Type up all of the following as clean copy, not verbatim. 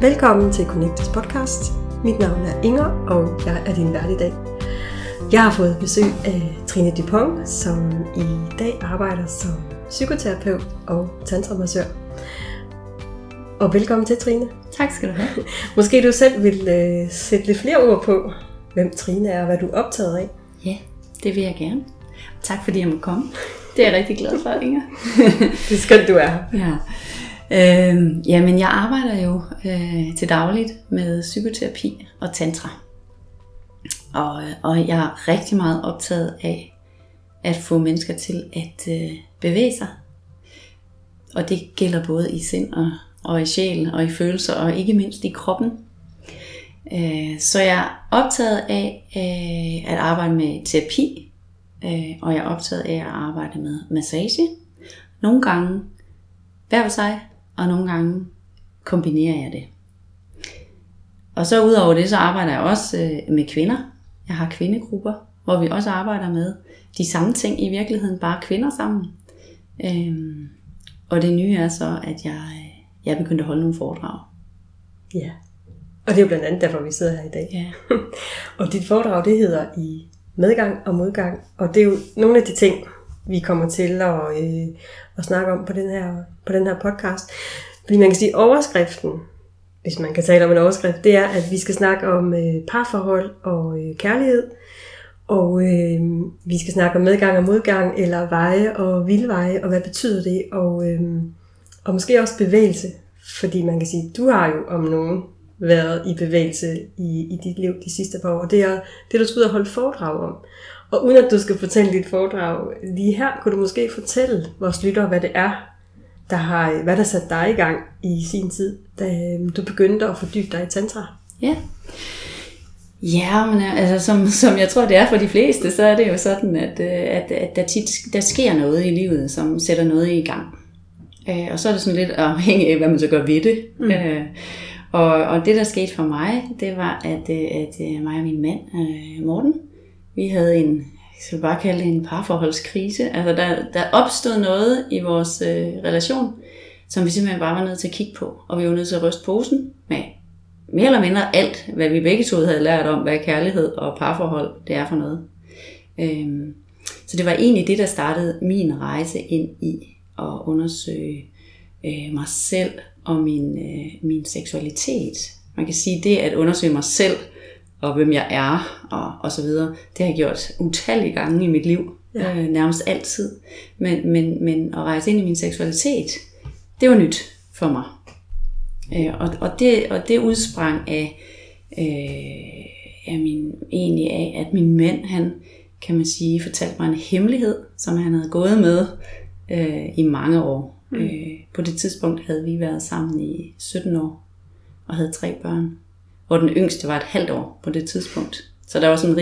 Velkommen til Connectes podcast. Mit navn er Inger, og jeg er din vært i dag. Jeg har fået besøg af Trine Dupont, som i dag arbejder som psykoterapeut og tantramassør. Og velkommen til, Trine. Tak skal du have. Måske du selv vil sætte lidt flere ord på, hvem Trine er og hvad du er optaget af. Ja, det vil jeg gerne. Tak fordi jeg må komme. Det er jeg rigtig glad for, Inger. Det er skønt, du er her. Ja. Jamen, jeg arbejder jo til dagligt med psykoterapi og tantra. Og jeg er rigtig meget optaget af at få mennesker til at bevæge sig. Og det gælder både i sind og i sjælen og i følelser og ikke mindst i kroppen. Så jeg er optaget af at arbejde med terapi, og jeg er optaget af at arbejde med massage. Nogle gange hver for sig, og nogle gange kombinerer jeg det. Og så udover det, så arbejder jeg også med kvinder. Jeg har kvindegrupper, hvor vi også arbejder med de samme ting i virkeligheden, bare kvinder sammen. Og det nye er så, at jeg er begyndt at holde nogle foredrag. Ja, og det er jo blandt andet derfor, vi sidder her i dag. Ja. Og dit foredrag, det hedder I medgang og modgang. Og det er jo nogle af de ting, vi kommer til at snakke om på den her podcast. Fordi man kan sige, overskriften, hvis man kan tale om en overskrift, det er, at vi skal snakke om parforhold og kærlighed. Og vi skal snakke om medgang og modgang, eller veje og vildveje, og hvad betyder det? Og måske også bevægelse. Fordi man kan sige, du har jo om nogen været i bevægelse i dit liv de sidste par år. Og det er det, du skal ud og holde foredrag om. Og uden at du skal fortælle dit foredrag lige her, kunne du måske fortælle vores lyttere, hvad det er, hvad der satte dig i gang i sin tid, da du begyndte at fordybe dig i tantra. Ja. Ja, men altså, som jeg tror, det er for de fleste, så er det jo sådan, at der sker noget i livet, som sætter noget i gang. Og så er det sådan lidt afhængigt af, hvad man så gør ved det. Og det, der skete for mig, det var, at mig og min mand, Morten, vi havde jeg vil bare kalde det en parforholdskrise. Altså, der opstod noget i vores relation, som vi simpelthen bare var nødt til at kigge på. Og vi var nødt til at ryste posen med mere eller mindre alt, hvad vi begge to havde lært om, hvad kærlighed og parforhold det er for noget. Så det var egentlig det, der startede min rejse ind i at undersøge mig selv og min seksualitet. Man kan sige, det at undersøge mig selv, og hvem jeg er, og så videre, det har jeg gjort utallige gange i mit liv, nærmest altid. Men at rejse ind i min seksualitet, det var nyt for mig. Og det udsprang af at min mand, han, kan man sige, fortalte mig en hemmelighed, som han havde gået med i mange år. På det tidspunkt havde vi været sammen i 17 år, og havde 3 børn. Og den yngste var et halvt år på det tidspunkt. Så der var sådan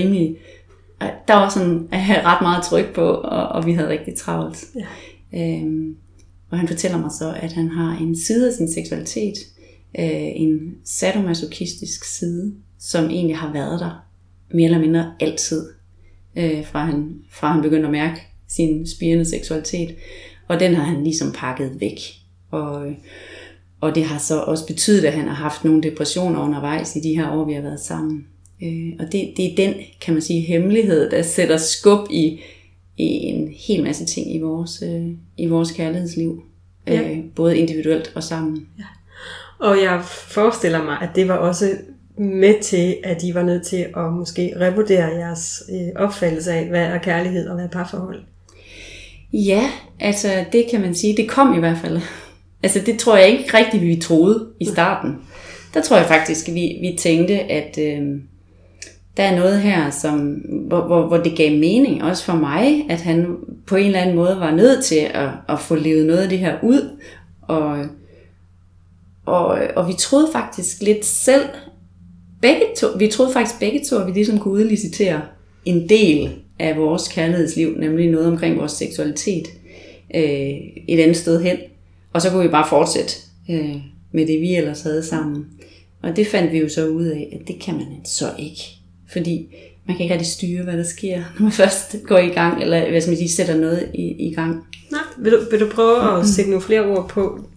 ret meget tryk på, og vi havde rigtig travlt. Ja. Og han fortæller mig så, at han har en side af sin seksualitet, en sadomasochistisk side, som egentlig har været der mere eller mindre altid, fra han begyndte at mærke sin spirende seksualitet. Og den har han ligesom pakket væk. Og det har så også betydet, at han har haft nogle depressioner undervejs i de her år, vi har været sammen. Og det er den, kan man sige, hemmelighed, der sætter skub i en hel masse ting i vores kærlighedsliv. Ja. Både individuelt og sammen. Ja. Og jeg forestiller mig, at det var også med til, at I var nødt til at måske revurdere jeres opfattelse af, hvad er kærlighed og hvad er parforhold. Ja, altså det kan man sige, det kom i hvert fald. Altså det tror jeg ikke rigtigt, vi troede i starten. Der tror jeg faktisk, vi tænkte, at der er noget her, hvor det gav mening, også for mig, at han på en eller anden måde var nødt til at få levet noget af det her ud. Og vi troede faktisk lidt selv, vi troede faktisk begge to, at vi ligesom kunne udlicitere en del af vores kærlighedsliv, nemlig noget omkring vores seksualitet, et andet sted hen. Og så kunne vi bare fortsætte med det, vi ellers havde sammen. Og det fandt vi jo så ud af, at det kan man så ikke. Fordi man kan ikke rigtig styre, hvad der sker, når man først går i gang, eller hvis man sætter noget i gang. Nej, vil du prøve at sætte nogle flere ord på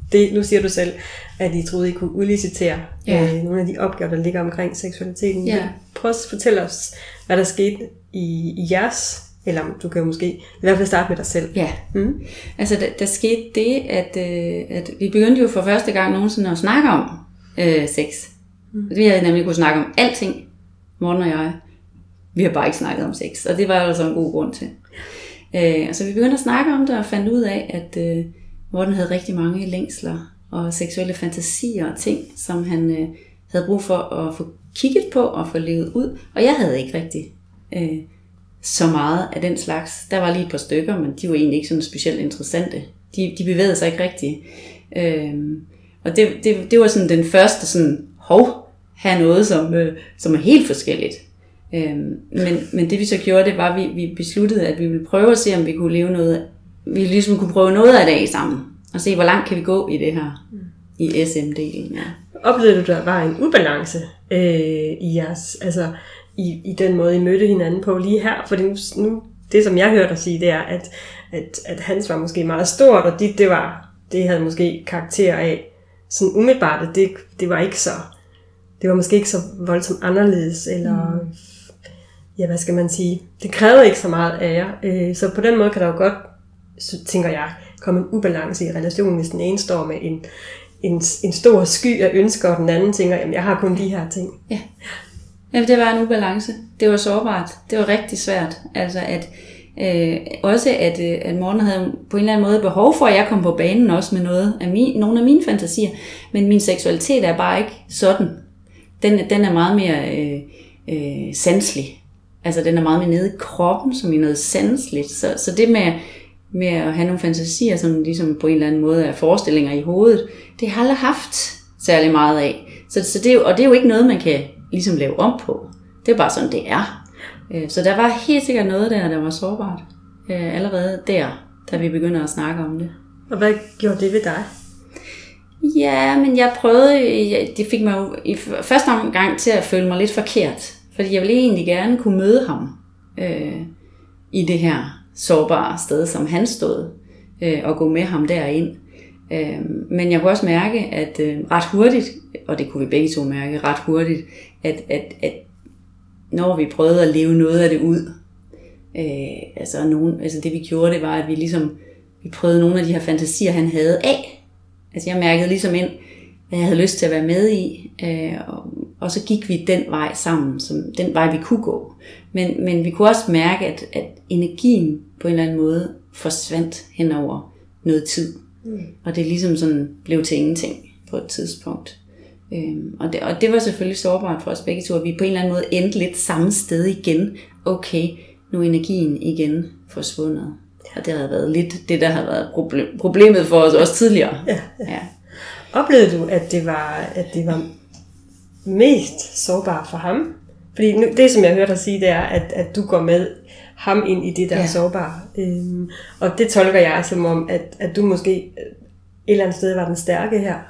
det, nu siger du selv, at I troede, I kunne udlicitere nogle af de opgaver, der ligger omkring seksualiteten. Ja. Prøv at fortælle os, hvad der skete i jeres, eller du kan jo måske i hvert fald starte med dig selv. Ja, altså der skete det, at vi begyndte jo for første gang nogensinde at snakke om sex. Vi havde nemlig kunne snakke om alting, Morten og jeg. Vi har bare ikke snakket om sex, og det var altså en god grund til. Så vi begyndte at snakke om det og fandt ud af, at Morten havde rigtig mange længsler og seksuelle fantasier og ting, som han havde brug for at få kigget på og få levet ud. Og jeg havde ikke rigtig så meget af den slags. Der var lige et par stykker, men de var egentlig ikke sådan specielt interessante. De bevægede sig ikke rigtigt. Og det var sådan den første sådan, have noget, som er helt forskelligt. Men det vi så gjorde, det var, at vi besluttede, at vi ville prøve at se, om vi kunne leve noget, vi ligesom kunne prøve noget af det af sammen, og se, hvor langt kan vi gå i det her, i SM-delen. Ja. Oplevede du, der var en ubalance i jeres, altså i den måde, I mødte hinanden på lige her? Fordi nu det, som jeg hørte dig sige, det er, at hans var måske meget stort, og det havde måske karakter af, sådan umiddelbart, at det var ikke så, det var måske ikke så voldsomt anderledes, eller ja, hvad skal man sige, det krævede ikke så meget af jer. Så på den måde kan der jo godt, tænker jeg, komme en ubalance i relationen, hvis den ene står med en stor sky af ønsker, og den anden tænker, jamen jeg har kun de her ting. Ja. Jamen, det var en ubalance. Det var sårbart. Det var rigtig svært. Altså at Morten havde på en eller anden måde behov for, at jeg kom på banen også med nogle af mine fantasier. Men min seksualitet er bare ikke sådan. Den er meget mere sanselig. Altså den er meget mere nede i kroppen, som i noget sanseligt. Så det med at have nogle fantasier, som ligesom på en eller anden måde er forestillinger i hovedet, det har jeg aldrig haft særlig meget af. Så det er jo ikke noget, man kan ligesom lave om på. Det er bare sådan, det er. Så der var helt sikkert noget der var sårbart. Allerede der, da vi begynder at snakke om det. Og hvad gjorde det ved dig? Ja, men jeg prøvede, det fik mig jo i første omgang til at føle mig lidt forkert. Fordi jeg ville egentlig gerne kunne møde ham i det her sårbare sted, som han stod, og gå med ham derind. Men jeg kunne også mærke, at ret hurtigt, og det kunne vi begge to mærke ret hurtigt, at når vi prøvede at leve noget af det ud, altså det vi gjorde, det var, at vi prøvede nogle af de her fantasier, han havde af. Altså jeg mærkede ligesom ind, hvad jeg havde lyst til at være med i, og så gik vi den vej sammen, som den vej vi kunne gå. Men vi kunne også mærke, at energien på en eller anden måde forsvandt hen over noget tid. Og det ligesom sådan blev til ingenting på et tidspunkt. Og det var selvfølgelig sårbart for os begge to, at vi på en eller anden måde endte lidt samme sted igen. Okay, nu er energien igen forsvundet. Og det havde været lidt det, der havde været problemet for os også tidligere. Ja. Oplevede du, at det var mest sårbart for ham? Fordi nu, det, som jeg hørte dig sige, det er, at du går med ham ind i det, der er sårbart. Og det tolker jeg som om, at du måske et eller andet sted var den stærke her.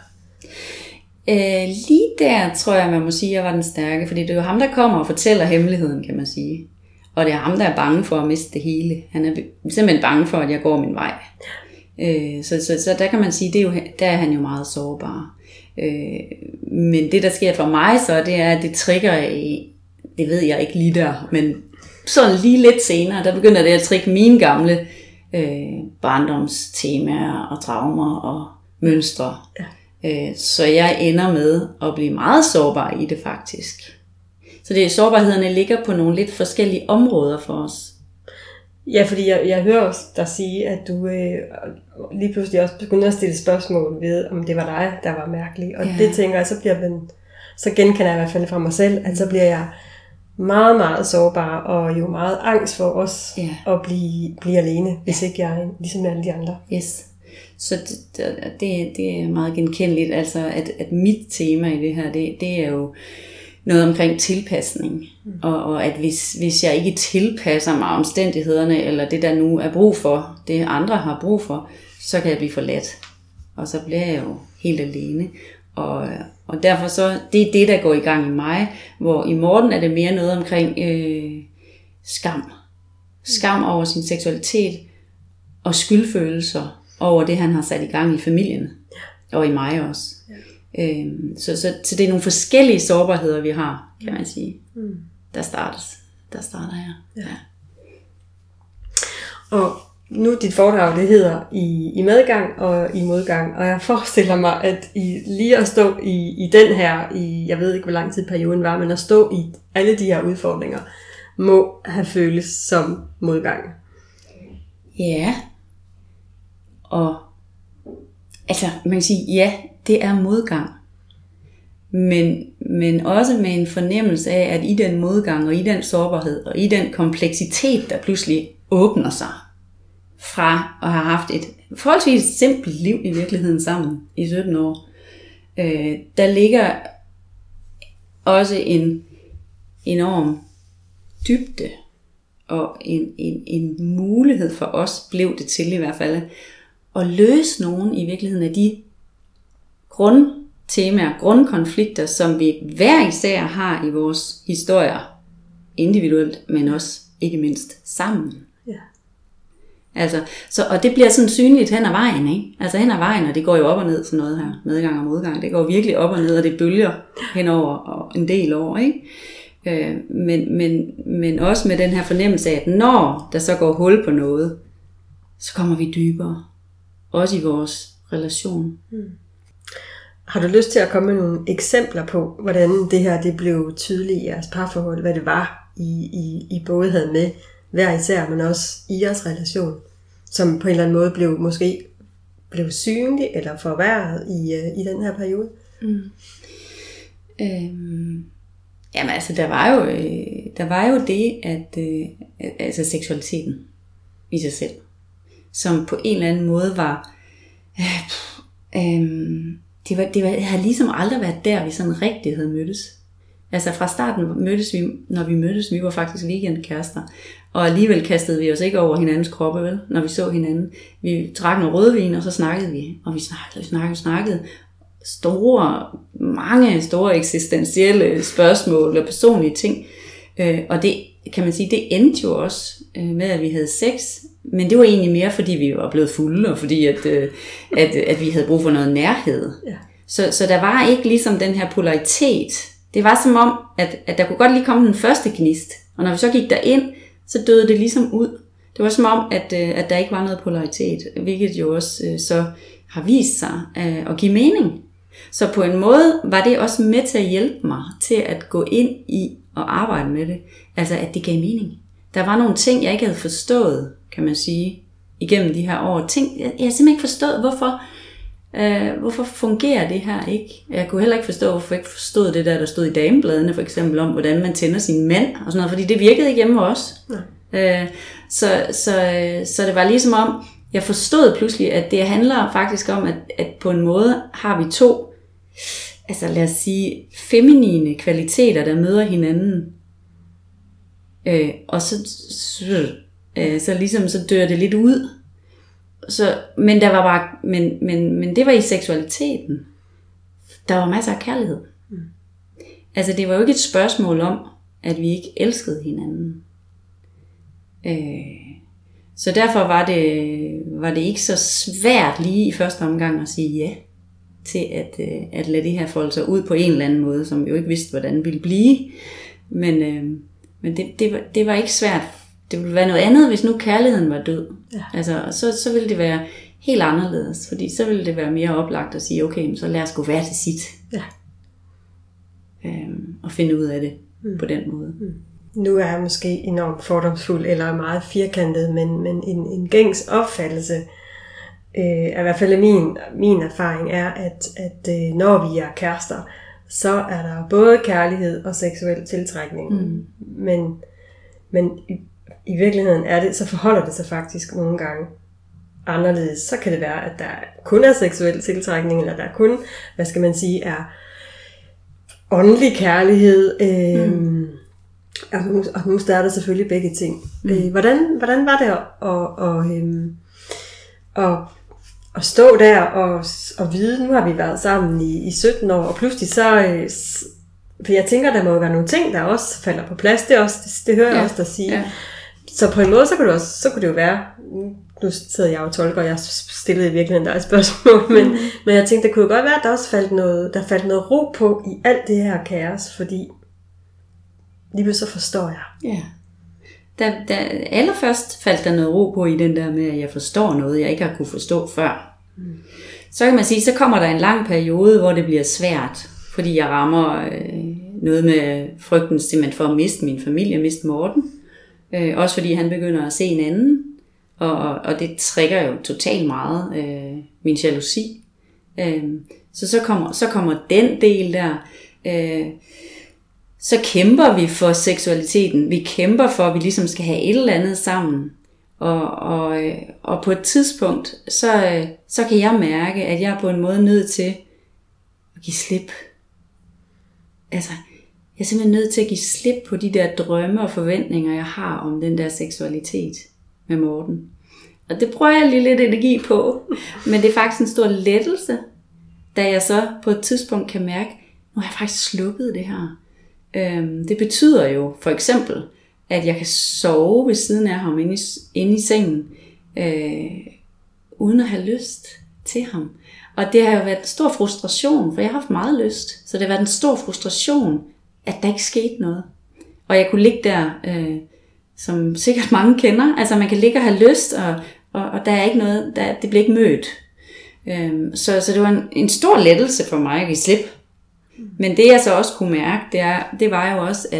Lige der tror jeg, man må sige, at jeg var den stærke. Fordi det er jo ham, der kommer og fortæller hemmeligheden, kan man sige. Og det er ham, der er bange for at miste det hele. Han er simpelthen bange for, at jeg går min vej. Så der kan man sige, der er han jo meget sårbar. Men det, der sker for mig så, det er, at det trigger i, det ved jeg ikke lige der, men sådan lige lidt senere, der begynder det at trigge mine gamle barndomstemaer og traumer og mønstre. Ja. Så jeg ender med at blive meget sårbar i det faktisk. Så sårbarhederne ligger på nogle lidt forskellige områder for os. Ja, fordi jeg hører også dig sige, at du lige pludselig også begynder at stille spørgsmål ved, om det var dig, der var mærkelig. Og det tænker jeg, så genkender jeg i hvert fald fra mig selv, at så bliver jeg meget, meget sårbar, og jo meget angst for os at blive alene, hvis ikke jeg er ligesom alle de andre. Yes. Så det er meget genkendeligt, altså at mit tema i det her, det er jo noget omkring tilpasning, og at hvis jeg ikke tilpasser mig omstændighederne, eller det der nu er brug for, det andre har brug for, så kan jeg blive forladt, og så bliver jeg jo helt alene, og derfor så, det er det, der går i gang i mig, hvor i Morten er det mere noget omkring skam over sin seksualitet, og skyldfølelser over det, han har sat i gang i familien. Og i mig også. Ja. Så det er nogle forskellige sårbarheder, vi har, kan man sige. Der starter her. Ja. Og nu dit foredrag, det hedder i medgang og i modgang, og jeg forestiller mig, at lige at stå i den her, jeg ved ikke, hvor lang tid perioden var, men at stå i alle de her udfordringer, må have føles som modgang. Ja. Og altså, man kan sige, ja, det er modgang. Men også med en fornemmelse af, at i den modgang og i den sårbarhed og i den kompleksitet, der pludselig åbner sig fra at have haft et forholdsvis simpelt liv i virkeligheden sammen i 17 år, der ligger også en enorm dybde og en mulighed for os, blev det til i hvert fald, at løse nogle i virkeligheden af de grundtemaer, grundkonflikter, som vi hver især har i vores historier, individuelt, men også ikke mindst sammen. Ja. Altså, og det bliver sådan synligt hen ad vejen, ikke? Altså hen ad vejen, og det går jo op og ned sådan noget her, medgang og modgang, det går virkelig op og ned, og det bølger henover og en del år, ikke? Men også med den her fornemmelse af, at når der så går hul på noget, så kommer vi dybere. Også i vores relation. Har du lyst til at komme med nogle eksempler på, hvordan det her det blev tydeligt i jeres parforhold? Hvad det var, I både havde med hver især, men også i jeres relation? Som på en eller anden måde blev synlig eller forværret i den her periode? Jamen altså, der var jo det, at altså seksualiteten i sig selv, som på en eller anden måde var, det havde ligesom aldrig været der, vi sådan rigtig havde mødtes. Altså fra starten når vi mødtes, vi var faktisk weekendkærester, og alligevel kastede vi os ikke over hinandens kroppe, vel, når vi så hinanden. Vi drak noget rødvin, og så snakkede vi, og vi snakkede. Mange store eksistentielle spørgsmål og personlige ting. Og det, kan man sige, det endte jo også med, at vi havde sex. Men det var egentlig mere, fordi vi var blevet fulde, og fordi at vi havde brug for noget nærhed. Ja. Så der var ikke ligesom den her polaritet. Det var som om, at der kunne godt lige komme den første gnist. Og når vi så gik derind, så døde det ligesom ud. Det var som om, at der ikke var noget polaritet. Hvilket jo også så har vist sig at give mening. Så på en måde var det også med til at hjælpe mig til at gå ind i og arbejde med det. Altså at det gav mening. Der var nogle ting, jeg ikke havde forstået, kan man sige, igennem de her år. Ting, jeg har simpelthen ikke forstået, hvorfor fungerer det her ikke. Jeg kunne heller ikke forstå, hvorfor jeg ikke forstod det der stod i damebladene, for eksempel om, hvordan man tænder sin mand, og sådan noget, fordi det virkede ikke hjemme hos os. Så det var ligesom om, jeg forstod pludselig, at det handler faktisk om, at på en måde har vi to, altså lad os sige, feminine kvaliteter, der møder hinanden. Og så ligesom så dør det lidt ud. Men der var bare, men det var i seksualiteten. Der var masser af kærlighed. Altså det var jo ikke et spørgsmål om, at vi ikke elskede hinanden. Så derfor var det ikke så svært lige i første omgang at sige ja til at lade det her folde sig ud på en eller anden måde, som vi jo ikke vidste, hvordan det ville blive. Men det var ikke svært. Det ville være noget andet, hvis nu kærligheden var død. Ja. Altså, så ville det være helt anderledes, fordi så ville det være mere oplagt at sige, okay, så lad os gå hver til sit. Ja. Og finde ud af det på den måde. Nu er jeg måske enormt fordomsfuld eller meget firkantet, men en gængs opfattelse, i hvert fald min erfaring er, at når vi er kærester, så er der både kærlighed og seksuel tiltrækning. Men i virkeligheden så forholder det sig faktisk nogle gange anderledes. Så kan det være, at der kun er seksuel tiltrækning, eller der kun, hvad skal man sige, er åndelig kærlighed. Og nu starter selvfølgelig begge ting. Hvordan var det at stå der og vide, nu har vi været sammen i 17 år, og pludselig så... For jeg tænker, der må jo være nogle ting, der også falder på plads. Det hører jeg også dig sige. Ja. Så på en måde, så kunne det jo være, nu sidder jeg og tolker, og jeg stillede i virkeligheden dig et spørgsmål, men jeg tænkte, det kunne godt være, at der også faldt noget ro på i alt det her kaos, fordi lige så forstår jeg. Ja. Der allerførst faldt der noget ro på i den der med, at jeg forstår noget, jeg ikke har kunne forstå før. Så kan man sige, så kommer der en lang periode, hvor det bliver svært, fordi jeg rammer noget med frygten simpelthen for at miste min familie, miste Morten. Også fordi han begynder at se en anden, og det trigger jo totalt meget min jalousi. Så kommer den del der. Så kæmper vi for seksualiteten. Vi kæmper for, at vi ligesom skal have et eller andet sammen. Og på et tidspunkt, så kan jeg mærke, at jeg er på en måde nødt til at give slip. Altså, jeg er simpelthen nødt til at give slip på de der drømme og forventninger, jeg har om den der seksualitet med Morten. Og det bruger jeg lige lidt energi på. Men det er faktisk en stor lettelse, da jeg så på et tidspunkt kan mærke, nu har jeg faktisk sluppet det her. Det betyder jo for eksempel, at jeg kan sove ved siden af ham inde i sengen, uden at have lyst til ham. Og det har jo været en stor frustration, for jeg har haft meget lyst. Så det har været en stor frustration, at der ikke skete noget. Og jeg kunne ligge der, som sikkert mange kender. Altså man kan ligge og have lyst, og der er ikke noget, det bliver ikke mødt. Så det var en stor lettelse for mig at give slip. Men det jeg så også kunne mærke, det var jo også,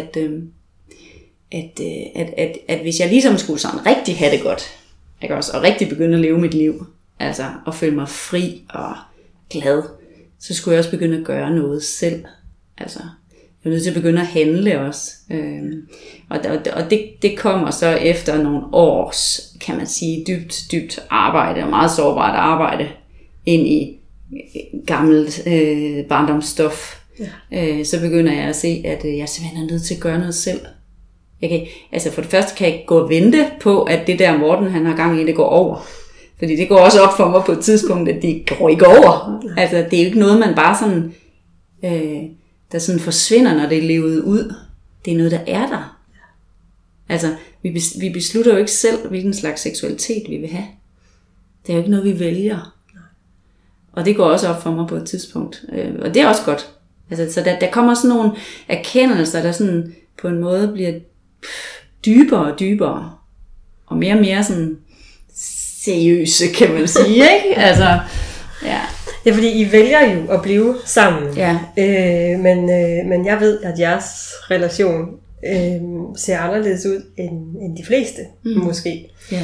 at hvis jeg ligesom skulle sådan rigtig have det godt, ikke også, og rigtig begynde at leve mit liv, altså at føle mig fri og glad, så skulle jeg også begynde at gøre noget selv. Altså, jeg er nødt til at begynde at handle også. Og det kommer så efter nogle års, kan man sige, dybt arbejde, og meget sårbart arbejde, ind i gammelt barndomsstof. Ja. Så begynder jeg at se, at jeg simpelthen er nødt til at gøre noget selv. Altså for det første kan jeg ikke gå og vente på, at det der Morten han har gang i, det går over. Fordi det går også op for mig på et tidspunkt, at det går ikke over. Altså det er jo ikke noget, man bare sådan, der sådan forsvinder, når det er levet ud. Det er noget, der er der. Altså vi beslutter jo ikke selv, hvilken slags seksualitet vi vil have. Det er jo ikke noget, vi vælger. Og det går også op for mig på et tidspunkt. Og det er også godt. Altså, så der kommer sådan nogle erkendelser, der sådan på en måde bliver dybere og dybere. Og mere sådan seriøse, kan man sige, ikke? Altså, ja. Ja, fordi I vælger jo at blive sammen. Ja. Men jeg ved, at jeres relation ser anderledes ud end de fleste, måske. Ja.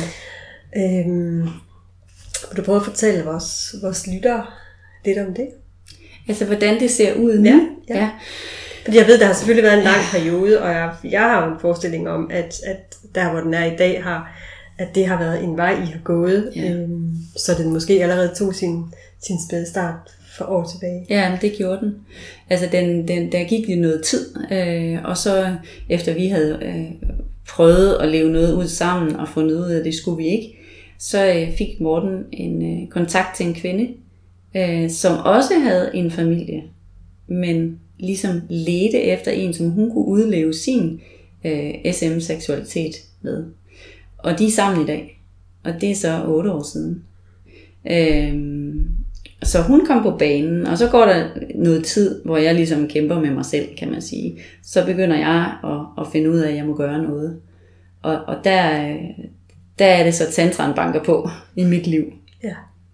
Vil du prøve at fortælle vores lyttere lidt om det? Altså, hvordan det ser ud nu? Ja. Fordi jeg ved, der har selvfølgelig været en lang periode, og jeg har jo en forestilling om, at der, hvor den er i dag, at det har været en vej, I har gået. Ja. Så den måske allerede tog sin spæde start for år tilbage. Ja, det gjorde den. Altså, der gik jo noget tid, og så efter vi havde prøvet at leve noget ud sammen, og fundet ud af, at det skulle vi ikke, så fik Morten en kontakt til en kvinde, som også havde en familie, men ligesom ledte efter en, som hun kunne udleve sin SM-seksualitet med. Og de er sammen i dag, og det er så 8 år siden. Så hun kom på banen, og så går der noget tid, hvor jeg ligesom kæmper med mig selv, kan man sige. Så begynder jeg at finde ud af, at jeg må gøre noget. Og der er det så tantraen banker på i mit liv. Ja.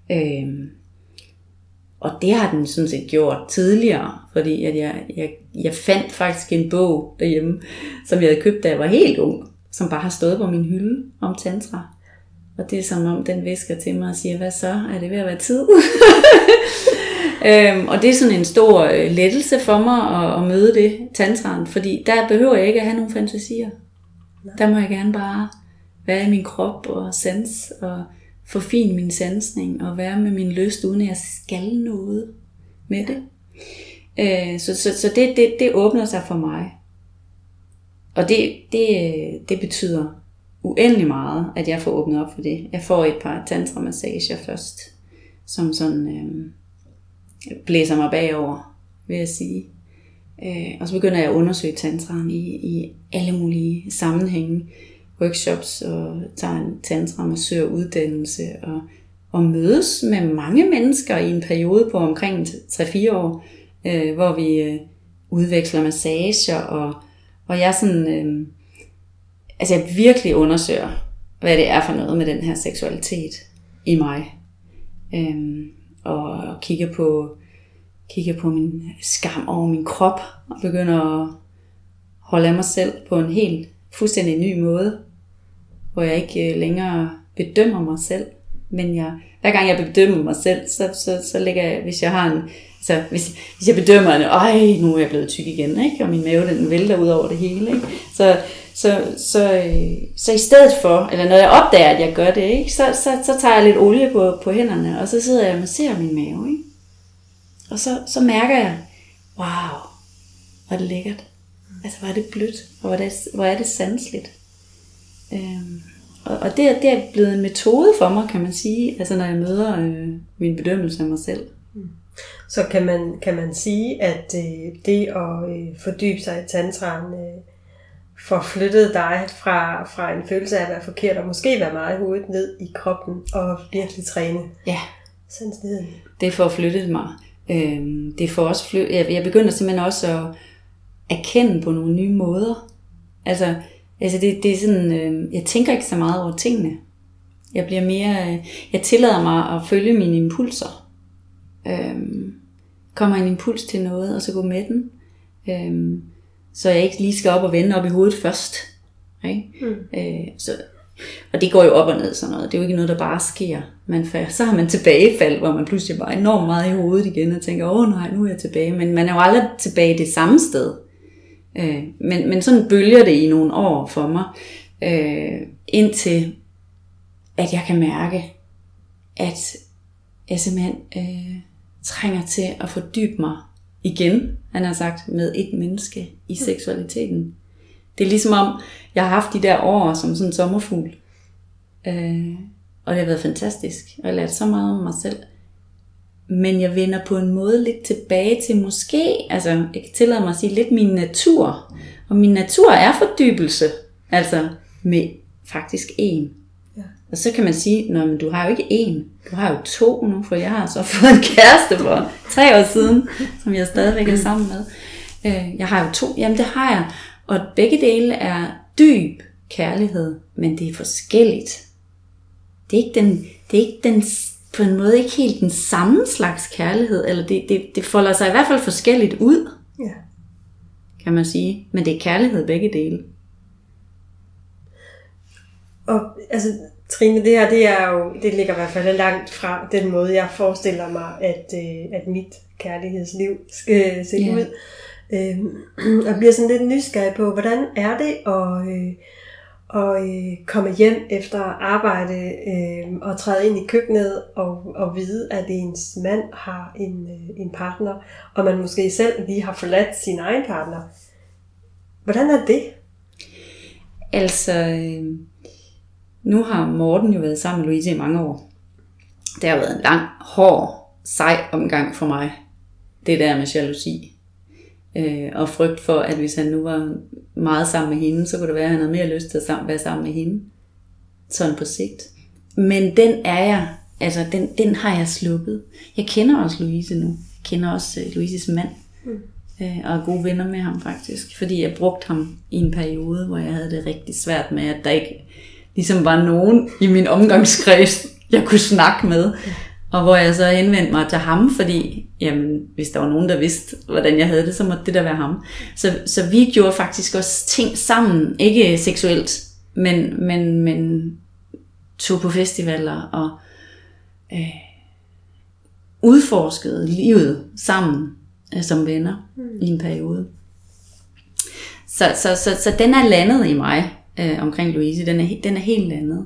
Og det har den sådan set gjort tidligere, fordi at jeg fandt faktisk en bog derhjemme, som jeg havde købt, da jeg var helt ung, som bare har stået på min hylde om tantra. Og det er som om, den visker til mig og siger, hvad så? Er det ved at være tid? Og det er sådan en stor lettelse for mig at møde det, tantraen, fordi der behøver jeg ikke at have nogen fantasier. Nej. Der må jeg gerne bare være i min krop og sans og forfine min sansning og være med min lyst, uden at jeg skal noget med det. Så det åbner sig for mig. Og det betyder uendelig meget, at jeg får åbnet op for det. Jeg får et par tantra-massager først, som sådan blæser mig bagover, vil jeg sige. Og så begynder jeg at undersøge tantraen i alle mulige sammenhænge, workshops og tager en tantra-massør uddannelse og mødes med mange mennesker i en periode på omkring 3-4 år, hvor vi udveksler massager, og jeg sådan, jeg virkelig undersøger, hvad det er for noget med den her seksualitet i mig, og kigger på min skam over min krop, og begynder at holde af mig selv på en helt fuldstændig ny måde, hvor jeg ikke længere bedømmer mig selv, men hver gang jeg bedømmer mig selv, så lægger jeg, hvis jeg har hvis jeg bedømmer det, nu er jeg blevet tyk igen, ikke? Og min mave den vælter ud over det hele, ikke? Så i stedet for, eller når jeg opdager, at jeg gør det, ikke? Så tager jeg lidt olie på hænderne, og så sidder jeg og masserer min mave, ikke? Og så mærker jeg, wow, hvor er det lækkert. Altså, hvor er det blødt, og hvor er det sanseligt. Og det er blevet en metode for mig, kan man sige, altså når jeg møder min bedømmelse af mig selv. Så kan man sige, at det at fordybe sig i tantraen får flyttet dig fra en følelse af at være forkert, og måske være meget i hovedet, ned i kroppen, og virkelig træne sanseligheden? Det får flyttet mig. Det får også jeg begynder simpelthen også at erkende på nogle nye måder. Altså det er sådan, jeg tænker ikke så meget over tingene. Jeg bliver mere, jeg tillader mig at følge mine impulser. Kommer en impuls til noget, og så gå med den. Så jeg ikke lige skal op og vende op i hovedet først. Ikke? Og det går jo op og ned sådan noget. Det er jo ikke noget, der bare sker. Så har man tilbagefald, hvor man pludselig bare enormt meget i hovedet igen, og tænker, nej, nu er jeg tilbage. Men man er jo aldrig tilbage det samme sted. Men sådan bølger det i nogle år for mig, indtil at jeg kan mærke, at jeg simpelthen trænger til at fordybe mig igen, han har sagt, med et menneske i seksualiteten. Det er ligesom om, jeg har haft de der år som sådan en sommerfugl, og det har været fantastisk, og jeg har lært så meget om mig selv. Men jeg vender på en måde lidt tilbage til måske, altså jeg kan tillade mig at sige lidt min natur. Og min natur er fordybelse, altså med faktisk en. Ja. Og så kan man sige, men du har jo ikke en, du har jo 2 nu, for jeg har så fået en kæreste for 3 år siden, som jeg stadigvæk er sammen med. Jeg har jo 2, jamen det har jeg. Og begge dele er dyb kærlighed, men det er forskelligt. Det er ikke den på en måde ikke helt den samme slags kærlighed, eller det folder sig i hvert fald forskelligt ud, kan man sige. Men det er kærlighed begge dele. Og altså, Trine, det ligger i hvert fald langt fra den måde, jeg forestiller mig, at mit kærlighedsliv skal se ud. Og bliver sådan lidt nysgerrig på, hvordan er det at komme hjem efter arbejde og træde ind i køkkenet og vide, at ens mand har en partner, og man måske selv lige har forladt sin egen partner. Hvordan er det? Altså, nu har Morten jo været sammen med Louise i mange år. Det har været en lang, hård, sej omgang for mig. Det der med jalousi. Og frygt for, at hvis han nu var meget sammen med hende, så kunne det være, at han havde mere lyst til at være sammen med hende. Sådan på sigt. Men den har jeg sluppet. Jeg kender også Louise nu. Jeg kender også Louises mand. Og er gode venner med ham faktisk. Fordi jeg brugte ham i en periode, hvor jeg havde det rigtig svært med, at der ikke ligesom var nogen i min omgangskreds, jeg kunne snakke med. Og hvor jeg så henvendte mig til ham, fordi hvis der var nogen, der vidste, hvordan jeg havde det, så måtte det da være ham. Så vi gjorde faktisk også ting sammen, ikke seksuelt, men tog på festivaler og udforskede livet sammen som venner i en periode. Så den er landet i mig omkring Louise, den er helt landet.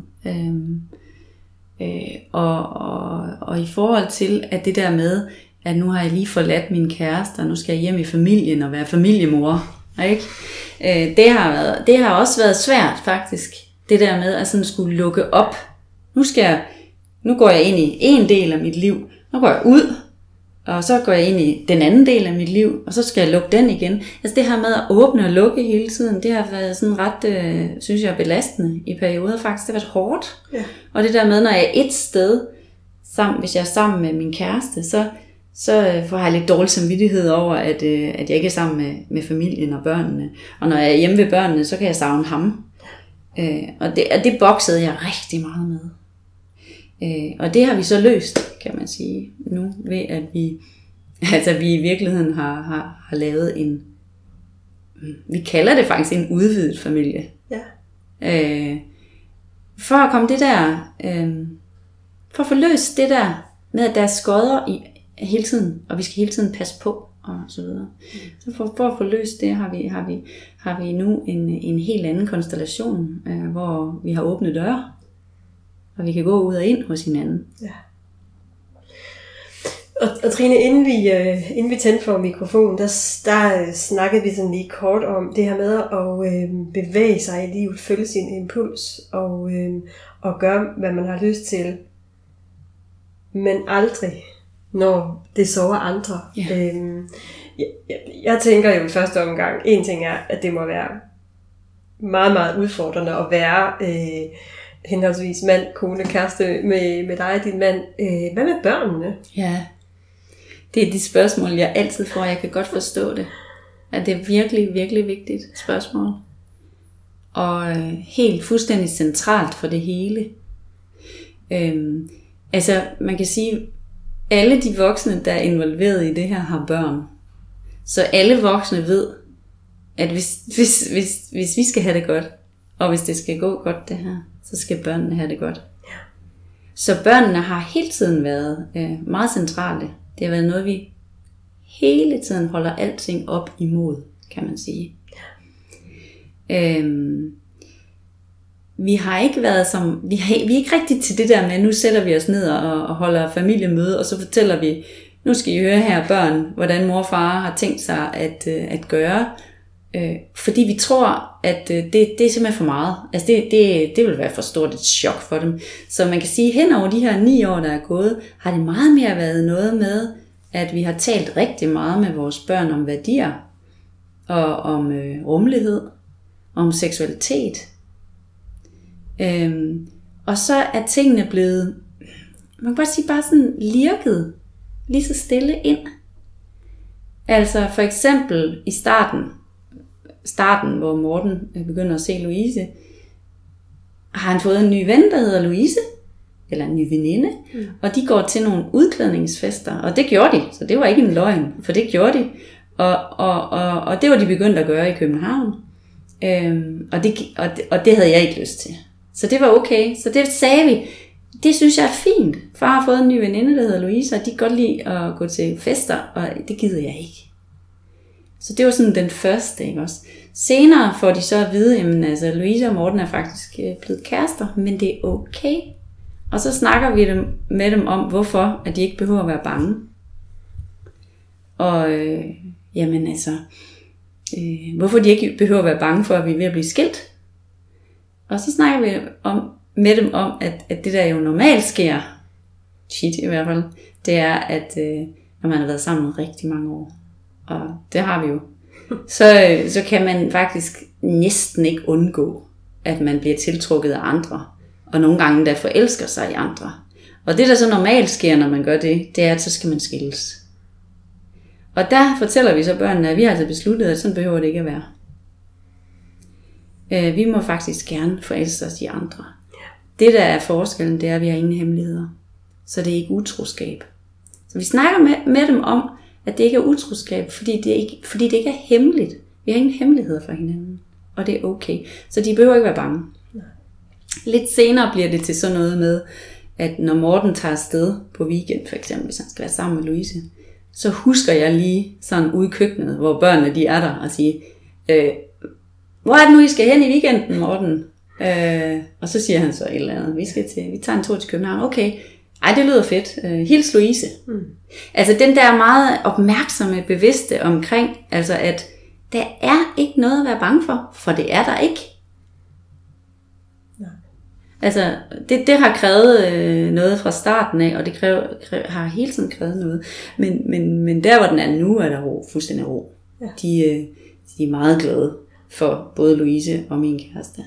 Og i forhold til, at det der med, at nu har jeg lige forladt min kæreste, og nu skal jeg hjem i familien og være familiemor, ikke? Det har også været svært faktisk, det der med at sådan skulle lukke op. Nu går jeg ind i en del af mit liv, nu går jeg ud, Og så går jeg ind i den anden del af mit liv, og så skal jeg lukke den igen. Altså det her med at åbne og lukke hele tiden, det har været sådan ret, synes jeg, belastende i perioder faktisk. Det har været hårdt. Ja. Og det der med, når jeg er et sted, hvis jeg er sammen med min kæreste, så får jeg lidt dårlig samvittighed over, at jeg ikke er sammen med familien og børnene. Og når jeg er hjemme ved børnene, så kan jeg savne ham. Og det boksede jeg rigtig meget med. Og det har vi så løst, kan man sige, nu, ved at vi i virkeligheden har lavet vi kalder det faktisk en udvidet familie. Ja. For at komme det der, for at få løst det der med, at der er skodder i hele tiden, og vi skal hele tiden passe på, og så videre. Så for at få løst det, har vi nu en helt anden konstellation, hvor vi har åbne døre, og vi kan gå ud og ind hos hinanden. Ja. Og Trine, inden vi tændte for mikrofonen, der snakkede vi sådan lige kort om det her med at bevæge sig i livet, følge sin impuls og gøre, hvad man har lyst til, men aldrig når det sårer andre. Ja. Jeg tænker jo i første omgang, en ting er, at det må være meget, meget udfordrende at være henholdsvis mand, kone, kæreste med dig og din mand. Hvad med børnene? Ja, det er de spørgsmål, jeg altid får, jeg kan godt forstå det. At det er virkelig, virkelig vigtigt spørgsmål. Og helt fuldstændig centralt for det hele. Altså, man kan sige, alle de voksne, der er involveret i det her, har børn. Så alle voksne ved, at hvis vi skal have det godt, og hvis det skal gå godt det her, så skal børnene have det godt. Ja. Så børnene har hele tiden været meget centrale. Det har været noget, vi hele tiden holder alting op imod, kan man sige. Ja. Vi har ikke været vi er ikke rigtig til det der med, nu sætter vi os ned og holder familiemøde, og så fortæller vi, nu skal I høre her børn, hvordan mor og far har tænkt sig at gøre. Fordi vi tror, at det er simpelthen for meget. Altså det vil være for stort et chok for dem. Så man kan sige, hen over de her 9 år, der er gået, har det meget mere været noget med, at vi har talt rigtig meget med vores børn om værdier, og om rummelighed, om seksualitet. Og så er tingene blevet, man kan bare sige, bare sådan lirket lige så stille ind. Altså for eksempel i starten, hvor Morten begynder at se Louise, har han fået en ny ven, der hedder Louise, eller en ny veninde, og de går til nogle udklædningsfester, og det gjorde de, så det var ikke en løgn, for det gjorde de, og det var de begyndt at gøre i København, og det havde jeg ikke lyst til, så det var okay, så det sagde vi, det synes jeg er fint, far har fået en ny veninde, der hedder Louise, og de kan godt lide at gå til fester, og det gider jeg ikke. Så det var sådan den første, ikke også? Senere får de så at vide, jamen altså Louise og Morten er faktisk blevet kærester, men det er okay. Og så snakker vi med dem om, hvorfor at de ikke behøver at være bange. Og jamen altså, hvorfor de ikke behøver at være bange for, at vi er ved at blive skilt. Og så snakker vi med dem om, at det der jo normalt sker, tit i hvert fald, det er, at når man har været sammen rigtig mange år, og det har vi jo, så kan man faktisk næsten ikke undgå, at man bliver tiltrukket af andre, og nogle gange der forelsker sig i andre. Og det der så normalt sker, når man gør det, det er, at så skal man skilles. Og der fortæller vi så børnene, at vi har altså besluttet, at sådan behøver det ikke at være. Vi må faktisk gerne forelske os i andre. Det der er forskellen, det er, at vi har ingen hemmeligheder. Så det er ikke utroskab. Så vi snakker med dem om, at det ikke er utroskab, fordi det ikke er hemmeligt. Vi har ingen hemmeligheder for hinanden. Og det er okay. Så de behøver ikke være bange. Nej. Lidt senere bliver det til sådan noget med, at når Morten tager afsted på weekend, for eksempel, hvis han skal være sammen med Louise, så husker jeg lige sådan ude i køkkenet, hvor børnene de er der, og siger, hvor er det nu, I skal hen i weekenden, Morten? Og så siger han så et eller andet, vi tager en tur til København. Okay, ej, det lyder fedt. Hils Louise. Altså den der meget opmærksomme, bevidste omkring, altså at der er ikke noget at være bange for det er der ikke. Nej. Altså, det har krævet noget fra starten af, og det har hele tiden krævet noget. Men der, hvor den er nu, er der fuldstændig ro. Ja. De er meget glade for både Louise og min kæreste.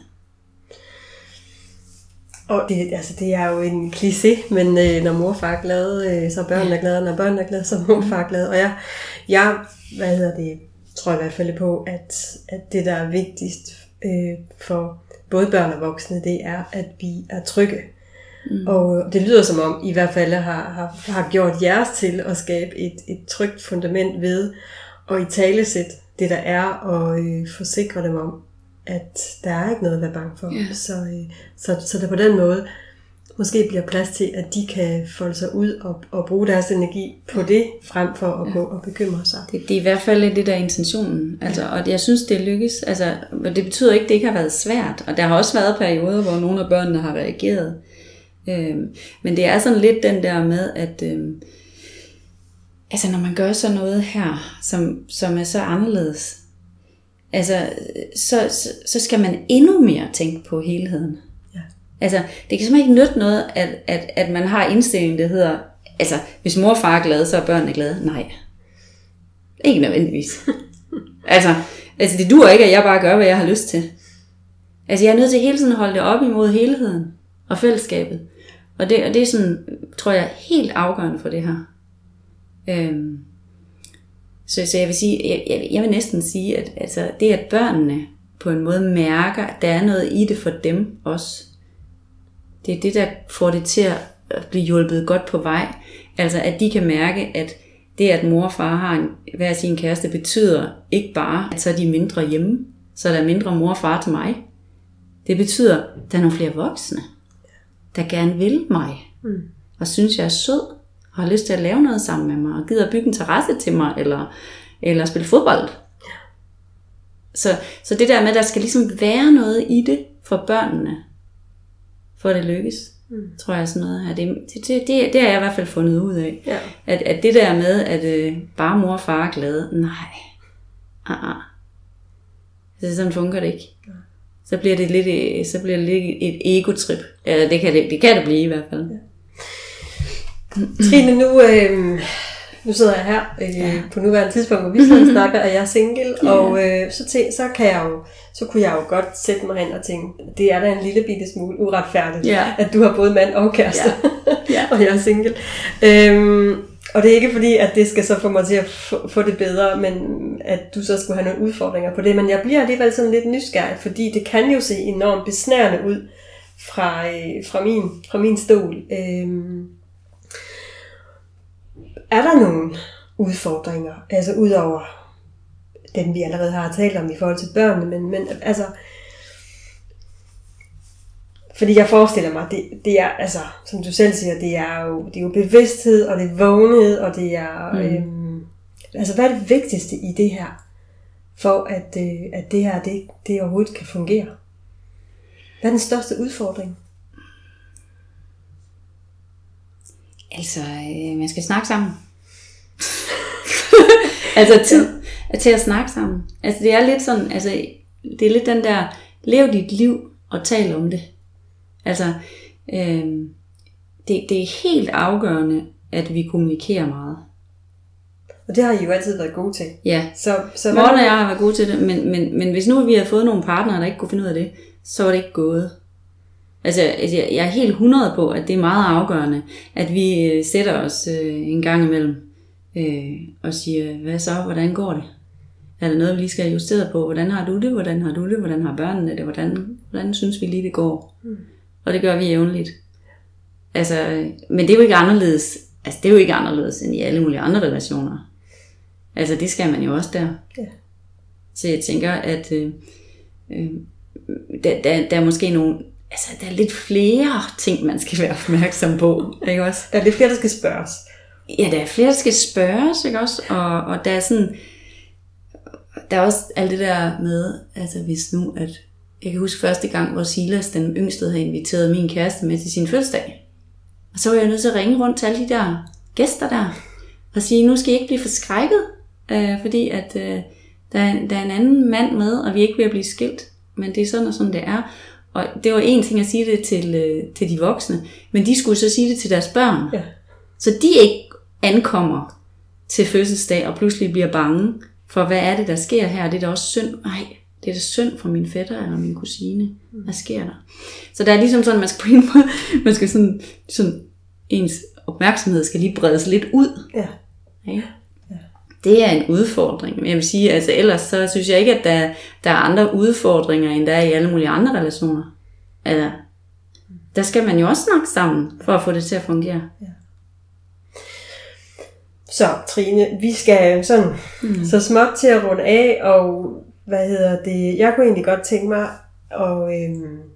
Og det er jo en kliché, men når mor og far er glade, så er børnene glade, når børnene er glade, så er mor og far er glade. Og jeg tror i hvert fald på, at det, der er vigtigst for både børn og voksne, det er, at vi er trygge. Og det lyder som om, I hvert fald har gjort jeres til at skabe et trygt fundament ved at italesætte det, der er, og forsikre dem om, at der er ikke noget at være bange for. Yeah. Så der på den måde måske bliver plads til, at de kan folde sig ud og bruge deres energi på det, frem for at gå og bekymre sig. Det er i hvert fald det, der er intentionen. Altså, og jeg synes, det lykkes. Altså, det betyder ikke, at det ikke har været svært. Og der har også været perioder, hvor nogle af børnene har reageret. Men det er sådan lidt den der med, at altså, når man gør sådan noget her, som er så anderledes, altså, så skal man endnu mere tænke på helheden. Ja. Altså, det kan simpelthen ikke nytte noget, at man har indstilling, der hedder, altså, hvis mor og far er glade, så er børnene glade. Nej. Ikke nødvendigvis. altså, det duer ikke, at jeg bare gør, hvad jeg har lyst til. Altså, jeg er nødt til hele tiden at holde det op imod helheden og fællesskabet. Og det er sådan, tror jeg, helt afgørende for det her. Så jeg vil sige, jeg vil næsten sige, at altså, det at børnene på en måde mærker, at der er noget i det for dem også. Det er det, der får det til at blive hjulpet godt på vej. Altså at de kan mærke, at det at mor og far har hver sin kæreste, betyder ikke bare, at så er de mindre hjemme, så er der mindre mor og far til mig. Det betyder, at der er nogle flere voksne, der gerne vil mig, og synes jeg er sød, og har lyst til at lave noget sammen med mig, og gider at bygge en terrasse til mig, eller spille fodbold. Så det der med, at der skal ligesom være noget i det for børnene, for at det lykkes, tror jeg sådan noget her. Det har jeg i hvert fald fundet ud af. Ja. At det der med, at bare mor og far er glade, nej. Så sådan fungerer det ikke. Ja. Så bliver det lidt et egotrip. Ja, det kan det blive i hvert fald. Ja. Trine, nu sidder jeg her på nuværende tidspunkt, hvor vi snakker, at jeg er single, og så kunne jeg jo godt sætte mig hen og tænke, det er da en lille bitte smule uretfærdigt, at du har både mand og kæreste, og jeg er single. Og det er ikke fordi, at det skal så få mig til at få det bedre, men at du så skulle have nogle udfordringer på det. Men jeg bliver alligevel sådan lidt nysgerrig, fordi det kan jo se enormt besnærende ud fra min stol. Er der nogle udfordringer, altså udover den vi allerede har talt om i forhold til børnene, men altså, fordi jeg forestiller mig, det er, altså, som du selv siger, det er jo bevidsthed, og det er vågenhed, og det er, altså hvad er det vigtigste i det her, for at det her, det overhovedet kan fungere? Hvad er den største udfordring? Altså, man skal snakke sammen. Altså tid til at snakke sammen. Altså det er lidt sådan, altså det er lidt den der, lev dit liv og tal om det. Altså, det er helt afgørende, at vi kommunikerer meget. Og det har I jo altid været gode til. Ja, så Morten og jeg har været gode til det, men hvis nu vi havde fået nogle partnere, der ikke kunne finde ud af det, så var det ikke gået. Altså, jeg er helt 100 på, at det er meget afgørende, at vi sætter os en gang imellem og siger, hvad så, hvordan går det? Er der noget, vi lige skal have justeret på? Hvordan har du det? Hvordan har du det? Hvordan har børnene det? Hvordan synes vi lige, det går? Og det gør vi jævnligt. Altså, men det er jo ikke anderledes. Altså, det er jo ikke anderledes end i alle mulige andre relationer. Altså, det skal man jo også der. Ja. Så jeg tænker, at der er måske nogle... Altså, der er lidt flere ting, man skal være opmærksom på, ikke også? Der er lidt flere, der skal spørges. Ja, der er flere, der skal spørges, ikke også? Og der er sådan... Der er også alt det der med, altså hvis nu, at... Jeg kan huske første gang, hvor Silas, den yngste, havde inviteret min kæreste med til sin fødselsdag. Og så var jeg nødt til at ringe rundt til alle de der gæster der, og sige, nu skal I ikke blive forskrækket, fordi at der er en anden mand med, og vi er ikke ved at blive skilt, men det er sådan og sådan, det er. Og det var en ting at sige det til de voksne, men de skulle så sige det til deres børn. Ja. Så de ikke ankommer til fødselsdag og pludselig bliver bange for, hvad er det, der sker her? Det er da også synd. Nej, det er da synd for min fætter eller min kusine. Hvad sker der? Så der er ligesom sådan, man skal på en måde, man skal sådan ens opmærksomhed skal lige bredes lidt ud. Ja. Okay? Det er en udfordring. Men jeg vil sige, altså ellers så synes jeg ikke, at der er andre udfordringer, end der er i alle mulige andre relationer. Altså, der skal man jo også snakke sammen, for at få det til at fungere. Ja. Så Trine, vi skal sådan så småt til at runde af, og jeg kunne egentlig godt tænke mig at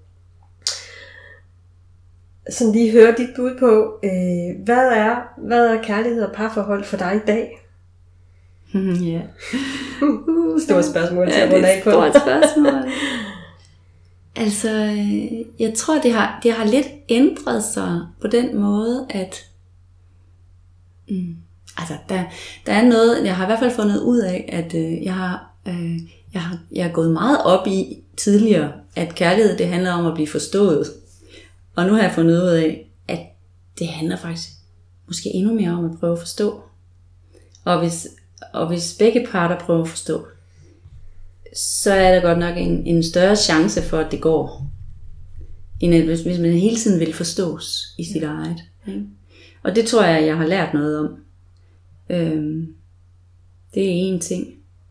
sådan lige høre dit bud på, hvad er kærlighed og parforhold for dig i dag? Ja. Stort spørgsmål til at runde af på. Stort spørgsmål. Altså, jeg tror, det har lidt ændret sig på den måde, at altså, der er noget, jeg har i hvert fald fundet ud af, at jeg har gået meget op i tidligere, at kærlighed, det handler om at blive forstået. Og nu har jeg fundet ud af, at det handler faktisk måske endnu mere om at prøve at forstå. Og hvis begge parter prøver at forstå, så er der godt nok en større chance for, at det går, end at hvis man hele tiden vil forstås i sit eget. Ikke? Og det tror jeg har lært noget om. Det er en ting.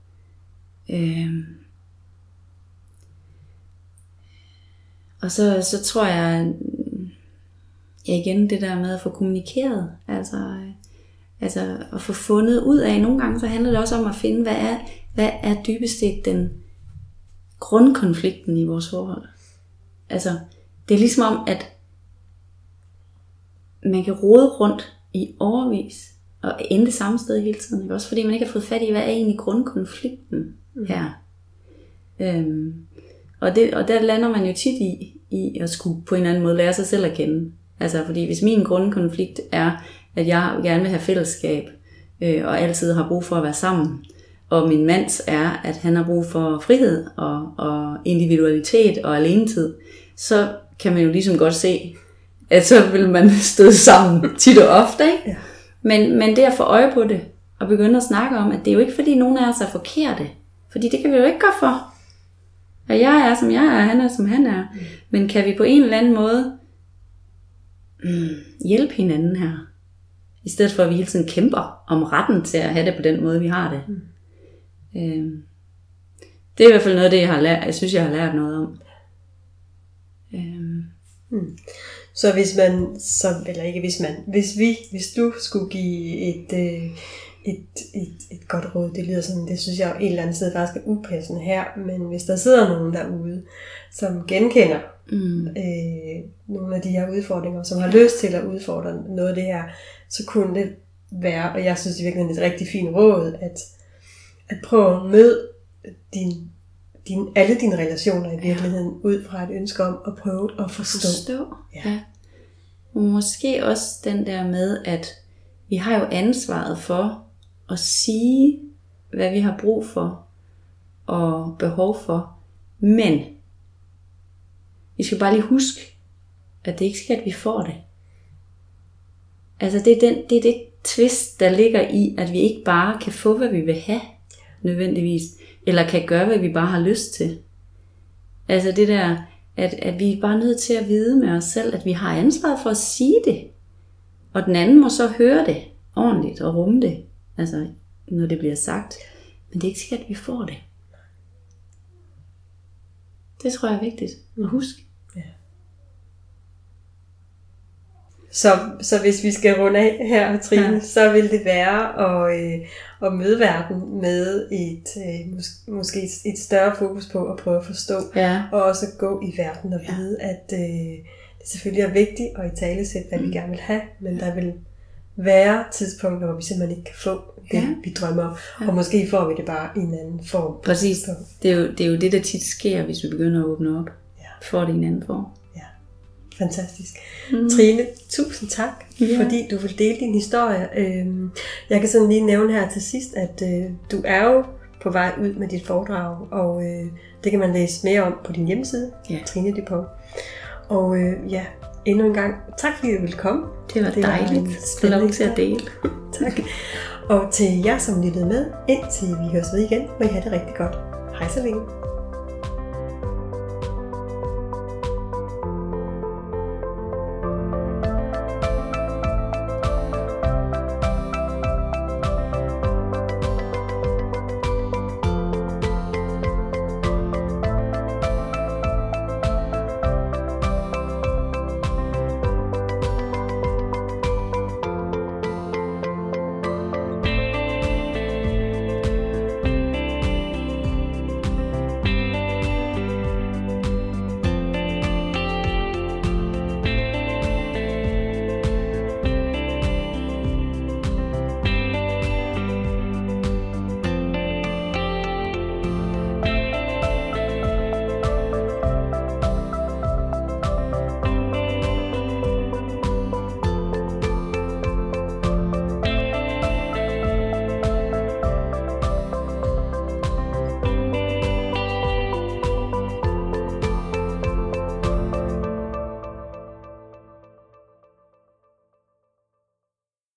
Og så tror jeg, igen det der med at få kommunikeret, altså at få fundet ud af, nogle gange så handler det også om at finde, hvad er dybest set den grundkonflikten i vores forhold. Altså, det er ligesom om, at man kan rode rundt i årevis, og ende det samme sted hele tiden, ikke? Også fordi man ikke har fået fat i, hvad er egentlig grundkonflikten her. Og der lander man jo tit i at skulle på en eller anden måde lære sig selv at kende. Altså, fordi hvis min grundkonflikt er, at jeg gerne vil have fællesskab, og altid har brug for at være sammen, og min mands er, at han har brug for frihed og individualitet og alenetid, så kan man jo ligesom godt se, at så vil man støde sammen tit og ofte, ikke? Ja. Men det at få øje på det, og begynde at snakke om, at det er jo ikke fordi nogen af os er forkerte, fordi det kan vi jo ikke gøre for. At jeg er som jeg er, han er som han er. Men kan vi på en eller anden måde hjælpe hinanden her? I stedet for at vi hele tiden kæmper om retten til at have det på den måde vi har det. Det er i hvert fald noget af det jeg synes jeg har lært noget om. Så hvis du skulle give et godt råd, det lyder sådan, det synes jeg jo et eller andet sted faktisk er upassende her, men hvis der sidder nogen derude, som genkender nogle af de her udfordringer, som har lyst til at udfordre noget af det her, så kunne det være, og jeg synes i virkeligheden det er et rigtig fint råd, at prøve at møde alle dine relationer i virkeligheden ud fra et ønske om at prøve at forstå. Ja. Måske også den der med, at vi har jo ansvaret for at sige, hvad vi har brug for og behov for. Men vi skal bare lige huske, at det ikke skal, at vi får det. Altså det er det twist, der ligger i, at vi ikke bare kan få, hvad vi vil have, nødvendigvis. Eller kan gøre, hvad vi bare har lyst til. Altså det der, at vi er bare nødt til at vide med os selv, at vi har ansvaret for at sige det. Og den anden må så høre det ordentligt og rumme det, altså når det bliver sagt. Men det er ikke sikkert, at vi får det. Det tror jeg er vigtigt at huske. Ja. Så hvis vi skal runde af her, Trine, så vil det være at møde verden med måske et større fokus på at prøve at forstå, og også gå i verden og vide, at det selvfølgelig er vigtigt at italesætte, hvad vi gerne vil have, men der vil være tidspunkter, hvor vi simpelthen ikke kan få det, vi drømmer om, og måske får vi det bare i en anden form. Præcis. Det er jo det, der tit sker, hvis vi begynder at åbne op. Får det i en anden form. Fantastisk. Trine, tusind tak, fordi du vil dele din historie. Jeg kan sådan lige nævne her til sidst, at du er jo på vej ud med dit foredrag, og det kan man læse mere om på din hjemmeside, Trine Dupont. Og endnu en gang, tak fordi du ville komme. Det var dejligt at få lov til at dele. Tak. Og til jer, som lyttede med, indtil vi høres ved igen, må I have det rigtig godt. Hej så længe.